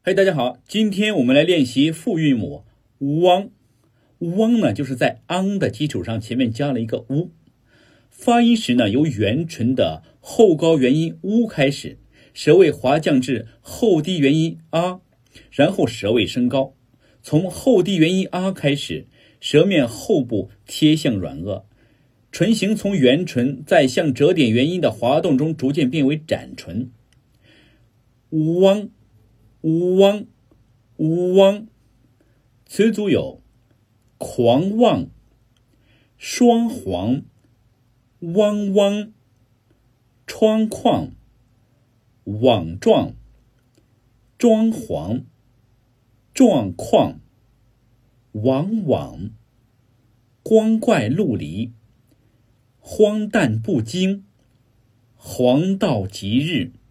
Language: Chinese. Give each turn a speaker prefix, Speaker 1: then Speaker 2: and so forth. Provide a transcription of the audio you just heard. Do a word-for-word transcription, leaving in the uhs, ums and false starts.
Speaker 1: 嘿，大家好，今天我们来练习复韵母汪。汪呢，就是在昂的基础上前面加了一个乌。发音时呢，由元唇的后高元音乌开始，舌位滑降至后低元音啊，然后舌位升高。从后低元音啊开始，舌面后部贴向软腭，唇形从圆唇在向折点元音的滑动中逐渐变为展唇。汪汪汪，词组有狂妄、双簧、汪汪、窗框、网状、装潢、状况、往往、光怪陆离、荒诞不经、黄道吉日。